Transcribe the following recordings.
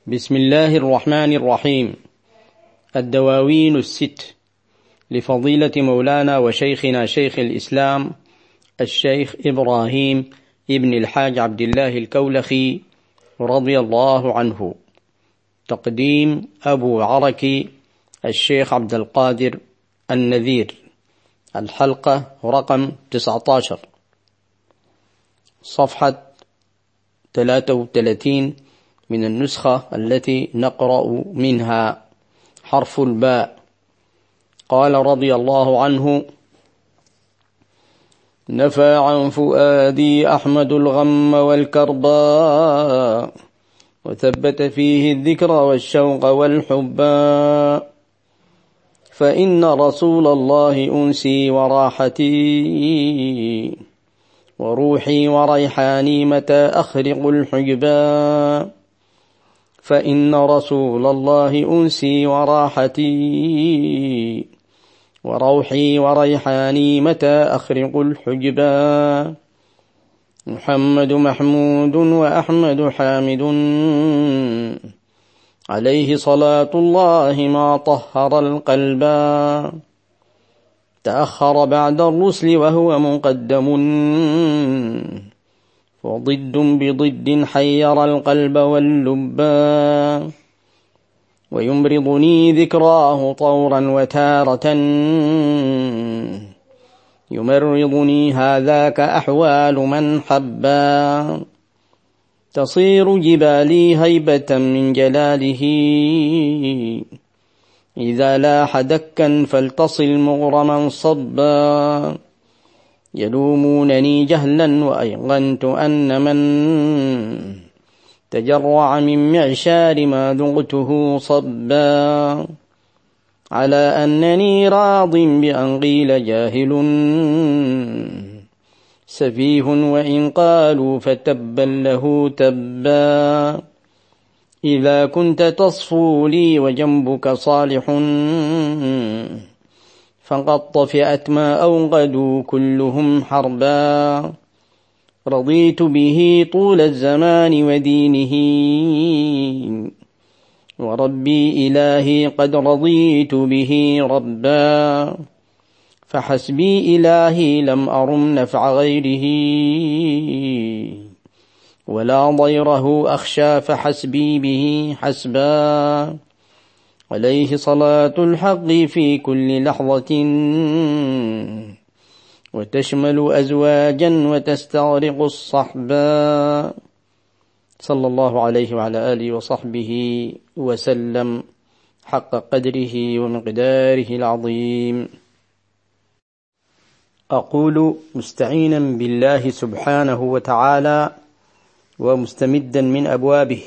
بسم الله الرحمن الرحيم. الدواوين الست لفضيلة مولانا وشيخنا شيخ الإسلام الشيخ إبراهيم ابن الحاج عبد الله الكولخي رضي الله عنه. تقديم أبو عركي الشيخ عبد القادر النذير. الحلقة رقم 19، صفحة 33 من النسخة التي نقرأ منها. حرف الباء. قال رضي الله عنه: نفى عن فؤادي أحمد الغم والكرباء، وثبت فيه الذكر والشوق والحبا، فإن رسول الله أنسي وراحتي، وروحي وريحاني متى أخرق الحجبا، فإن رسول الله أنسي وراحتي، وروحي وريحاني متى أخرق الحجبا، محمد محمود وأحمد حامد، عليه صلاة الله ما طهر القلبا، تأخر بعد الرسل وهو مقدم، وضد بضد حير القلب واللبا، ويمرضني ذكراه طورا وتارة، يمرضني هذاك أحوال من حبا، تصير جبالي هيبة من جلاله، إذا لاح دكا فلتصل مغرما صبا، يلومونني جهلا وأيقنت أن من تجرع من معشار ما ذقته صبا، على أنني راض بأن قيل جاهل سفيه، وإن قالوا فتبا له تبا، إذا كنت تصفو لي وجنبك صالح، فقد طفئت ما أوقدوا كلهم حربا، رضيت به طول الزمان ودينه، وربي إلهي قد رضيت به ربا، فحسبي إلهي لم أرم نفع غيره، ولا ضيره أخشى، فحسبي به حسبا، عليه صلاة الحق في كل لحظة، وتشمل أزواجا وتستغرق الصحبا، صلى الله عليه وعلى آله وصحبه وسلم حق قدره ومقداره العظيم. أقول مستعينا بالله سبحانه وتعالى ومستمدا من أبوابه.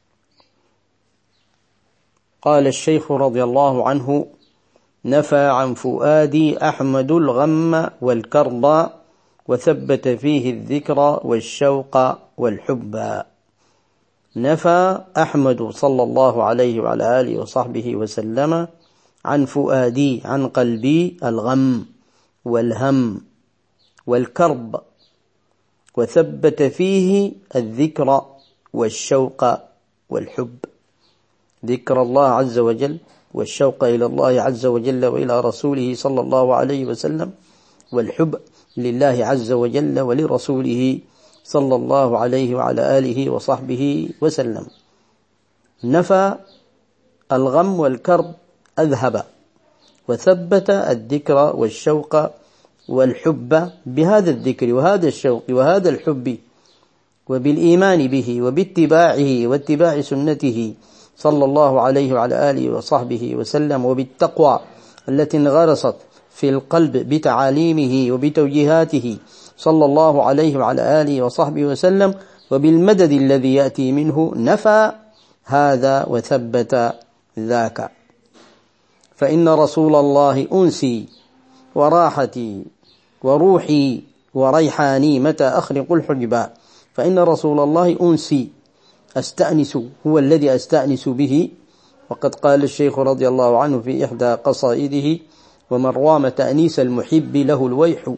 قال الشيخ رضي الله عنه: نفى عن فؤادي أحمد الغم والكرب، وثبت فيه الذكر والشوق والحب. نفى أحمد صلى الله عليه وعلى آله وصحبه وسلم عن فؤادي، عن قلبي، الغم والهم والكرب، وثبت فيه الذكر والشوق والحب. ذكر الله عز وجل والشوق إلى الله عز وجل وإلى رسوله صلى الله عليه وسلم، والحب لله عز وجل ولرسوله صلى الله عليه وعلى آله وصحبه وسلم. نفى الغم والكرب، أذهب، وثبت الذكر والشوق والحب بهذا الذكر وهذا الشوق وهذا الحب، وبالإيمان به وباتباعه واتباع سنته صلى الله عليه وعلى آله وصحبه وسلم، وبالتقوى التي انغرست في القلب بتعاليمه وبتوجيهاته صلى الله عليه وعلى آله وصحبه وسلم، وبالمدد الذي يأتي منه. نفى هذا وثبت ذاك، فإن رسول الله أنسي وراحتي، وروحي وريحاني متى أخرق الحجبا، فإن رسول الله أنسي، أستأنس، هو الذي أستأنس به. وقد قال الشيخ رضي الله عنه في إحدى قصائده: ومن رام تأنيس المحب له الويح،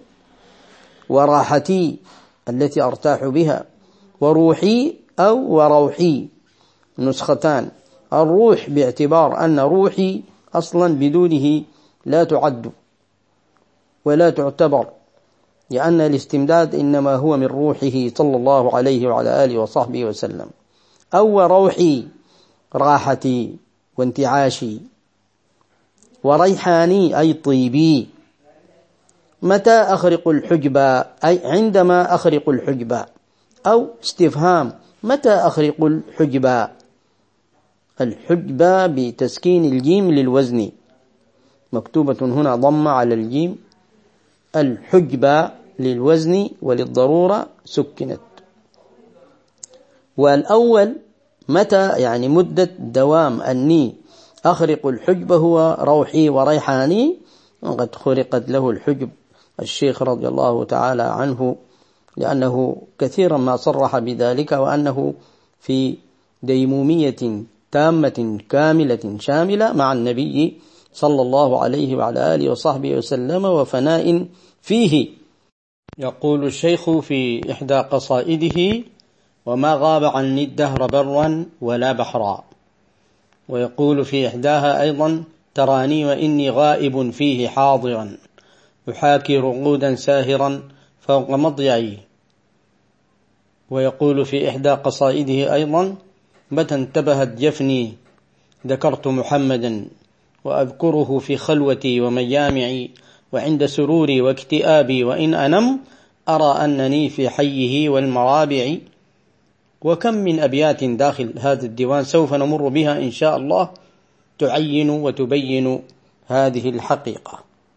وراحتي التي أرتاح بها، وروحي أو وروحي نسختان: الروح باعتبار أن روحي أصلا بدونه لا تعد ولا تعتبر، لأن الاستمداد إنما هو من روحه صلى الله عليه وعلى آله وصحبه وسلم، أو روحي راحتي وانتعاشي، وريحاني أي طيبي. متى أخرق الحجبة؟ أي عندما أخرق الحجبة. أو استفهام: متى أخرق الحجبة؟ الحجبة بتسكين الجيم للوزن، مكتوبة هنا ضمة على الجيم. الحجبة للوزن وللضرورة سكنت. والأول متى يعني مدة دوام أني أخرق الحجبة هو روحي وريحاني، وقد خرقت له الحجب الشيخ رضي الله تعالى عنه، لأنه كثيرا ما صرح بذلك، وأنه في ديمومية تامة كاملة شاملة مع النبي صلى الله عليه وعلى آله وصحبه وسلم، وفناء فيه. يقول الشيخ في إحدى قصائده: وما غاب عني الدهر برا ولا بحرا. ويقول في إحداها أيضا: تراني وإني غائب فيه حاضرا، يحاكي رقودا ساهرا فوق مضيعي. ويقول في إحدى قصائده أيضا: متى انتبهت جفني ذكرت محمدا، وأذكره في خلوتي ومجامعي، وعند سروري واكتئابي، وإن أنم أرى أنني في حيه والمرابع. وكم من أبيات داخل هذا الديوان سوف نمر بها إن شاء الله تعين وتبين هذه الحقيقة.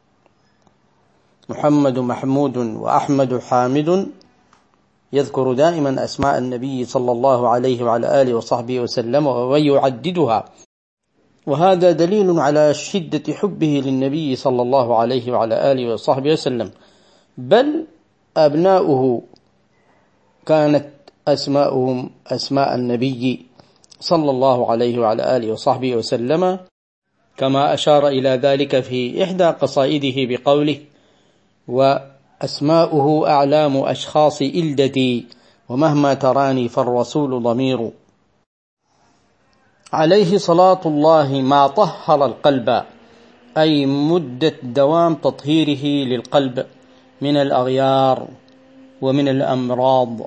محمد محمود وأحمد حامد، يذكر دائما أسماء النبي صلى الله عليه وعلى آله وصحبه وسلم ويعددها، وهذا دليل على شدة حبه للنبي صلى الله عليه وعلى آله وصحبه وسلم. بل أبناؤه كانت أسماؤهم أسماء النبي صلى الله عليه وعلى آله وصحبه وسلم، كما أشار إلى ذلك في إحدى قصائده بقوله: وأسماؤه أعلام أشخاص إلدتي، ومهما تراني فالرسول ضمير. عليه صلاة الله ما طهر القلب، أي مدة دوام تطهيره للقلب من الأغيار ومن الأمراض.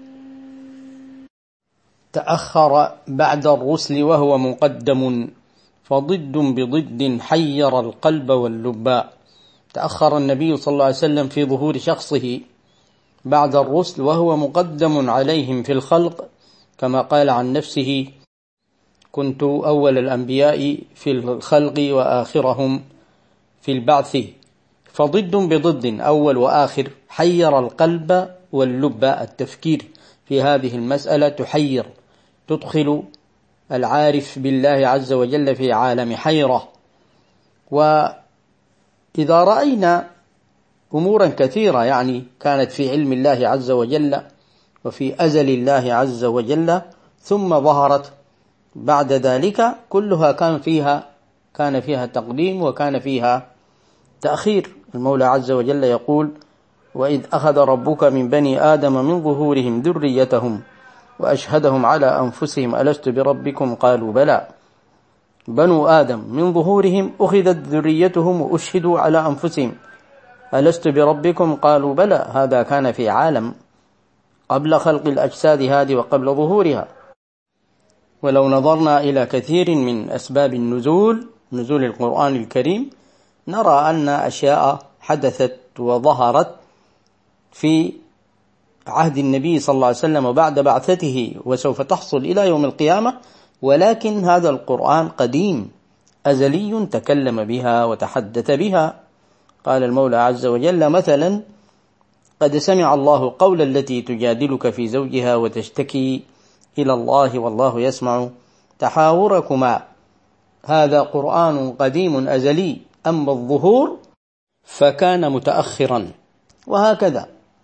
تأخر بعد الرسل وهو مقدم، فضد بضد حير القلب واللب. تأخر النبي صلى الله عليه وسلم في ظهور شخصه بعد الرسل وهو مقدم عليهم في الخلق، كما قال عن نفسه: كنت أول الأنبياء في الخلق وآخرهم في البعث. فضد بضد، أول وآخر، حير القلب واللب. التفكير في هذه المسألة تحير، تدخل العارف بالله عز وجل في عالم حيرة. وإذا رأينا أمورا كثيرة يعني كانت في علم الله عز وجل وفي أزل الله عز وجل، ثم ظهرت بعد ذلك، كلها كان فيها تقديم وكان فيها تأخير. المولى عز وجل يقول: وإذ أخذ ربك من بني آدم من ظهورهم ذريتهم وأشهدهم على أنفسهم ألست بربكم قالوا بلى. بنو آدم من ظهورهم أخذت ذريتهم وأشهدوا على أنفسهم ألست بربكم قالوا بلى. هذا كان في عالم قبل خلق الأجساد هذه وقبل ظهورها. ولو نظرنا إلى كثير من أسباب نزول القرآن الكريم، نرى أن أشياء حدثت وظهرت في عهد النبي صلى الله عليه وسلم وبعد بعثته وسوف تحصل إلى يوم القيامة، ولكن هذا القرآن قديم أزلي تكلم بها وتحدث بها. قال المولى عز وجل مثلا: قد سمع الله قول التي تجادلك في زوجها وتشتكي إلى الله والله يسمع تحاوركما. هذا قرآن قديم أزلي، أما الظهور فكان متأخرا. وهكذا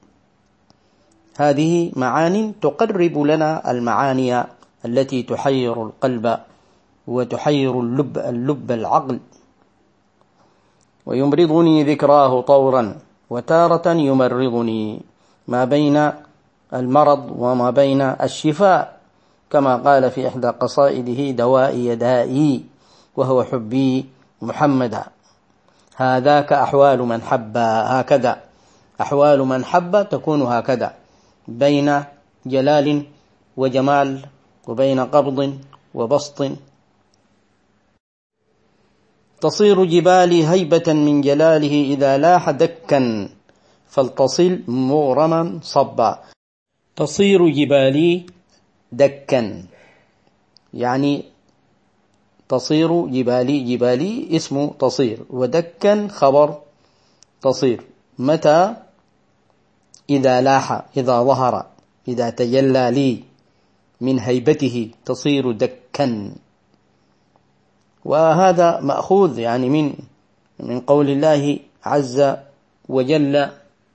هذه معاني تقرب لنا المعاني التي تحير القلب وتحير اللب العقل. ويمرضني ذكراه طورا وتارة يمرضني، ما بين المرض وما بين الشفاء. كما قال في إحدى قصائده: دوائي دائي وهو حبي محمدا. هذاك أحوال من حب، هكذا أحوال من حب تكون هكذا، بين جلال وجمال، وبين قبض وبسط. تصير جبالي هيبة من جلاله إذا لاح دكا، فلتصل مغرما صبا. تصير جبالي دكا، يعني تصير جبالي، جبالي اسم تصير، ودكا خبر تصير. متى؟ إذا لاح، إذا ظهر، إذا تجلى لي من هيبته تصير دكا. وهذا مأخوذ يعني من قول الله عز وجل: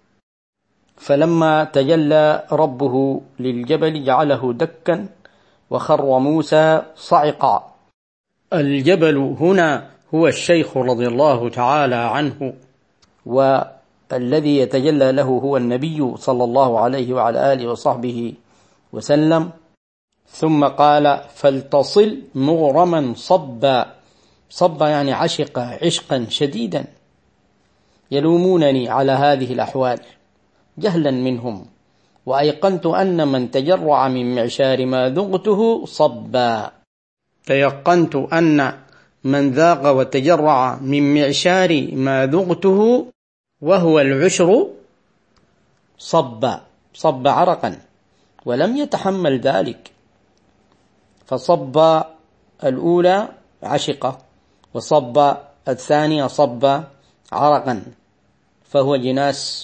فلما تجلى ربه للجبل جعله دكا وخر موسى صعقا. الجبل هنا هو الشيخ رضي الله تعالى عنه، والذي يتجلى له هو النبي صلى الله عليه وعلى آله وصحبه وسلم. ثم قال: فلتصل مغرما صبا. صبا يعني عشق عشقا شديدا. يلومونني على هذه الأحوال جهلا منهم، وأيقنت أن من تجرع من معشار ما ذقته صبا. تيقنت أن من ذاق وتجرع من معشار ما ذقته وهو العشر صب عرقا ولم يتحمل ذلك. فصب الأولى عشقة، وصب الثانية صب عرقا، فهو جناس.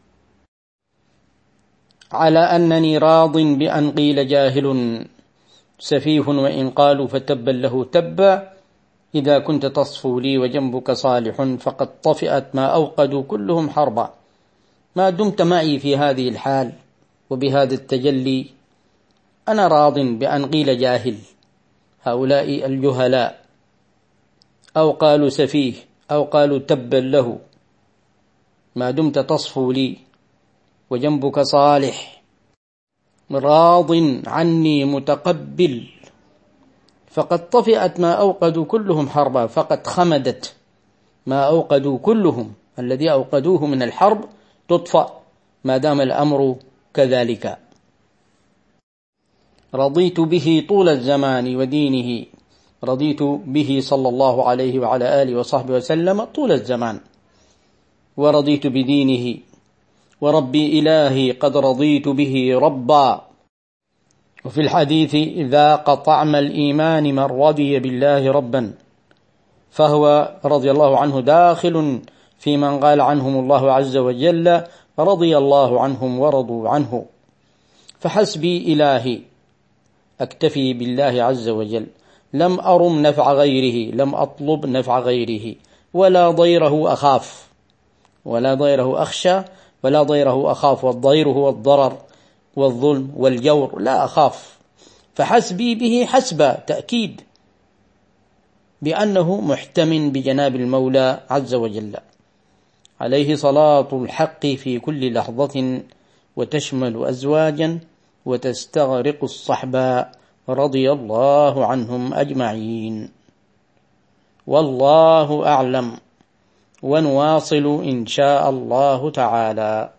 على أنني راض بأن قيل جاهل سفيه، وإن قالوا فتبا له تبا. إذا كنت تصفو لي وجنبك صالح، فقد طفئت ما أوقدوا كلهم حربا. ما دمت معي في هذه الحال وبهذا التجلي أنا راض بأن قيل جاهل، هؤلاء الجهلاء، أو قالوا سفيه، أو قالوا تبا له، ما دمت تصفو لي وجنبك صالح، راض عني متقبل. فقد طفئت ما أوقدوا كلهم حربا، فقد خمدت ما أوقدوا كلهم، الذي أوقدوه من الحرب تطفأ ما دام الأمر كذلك. رضيت به طول الزمان ودينه، رضيت به صلى الله عليه وعلى آله وصحبه وسلم طول الزمان، ورضيت بدينه، وربي إلهي قد رضيت به ربا. وفي الحديث: ذاق طعم الإيمان من رضي بالله ربا. فهو رضي الله عنه داخل في من قال عنهم الله عز وجل: رضي الله عنهم ورضوا عنه. فحسبي إلهي، أكتفي بالله عز وجل، لم أرم نفع غيره، لم أطلب نفع غيره، ولا ضيره أخاف، ولا ضيره أخشى، ولا ضيره أخاف. والضير هو الضرر والظلم والجور، لا أخاف. فحسبي به حسب تأكيد بأنه محتم بجناب المولى عز وجل، عليه صلاة الحق في كل لحظة، وتشمل أزواجا وتستغرق الصحبة، رضي الله عنهم أجمعين. والله أعلم، ونواصل إن شاء الله تعالى.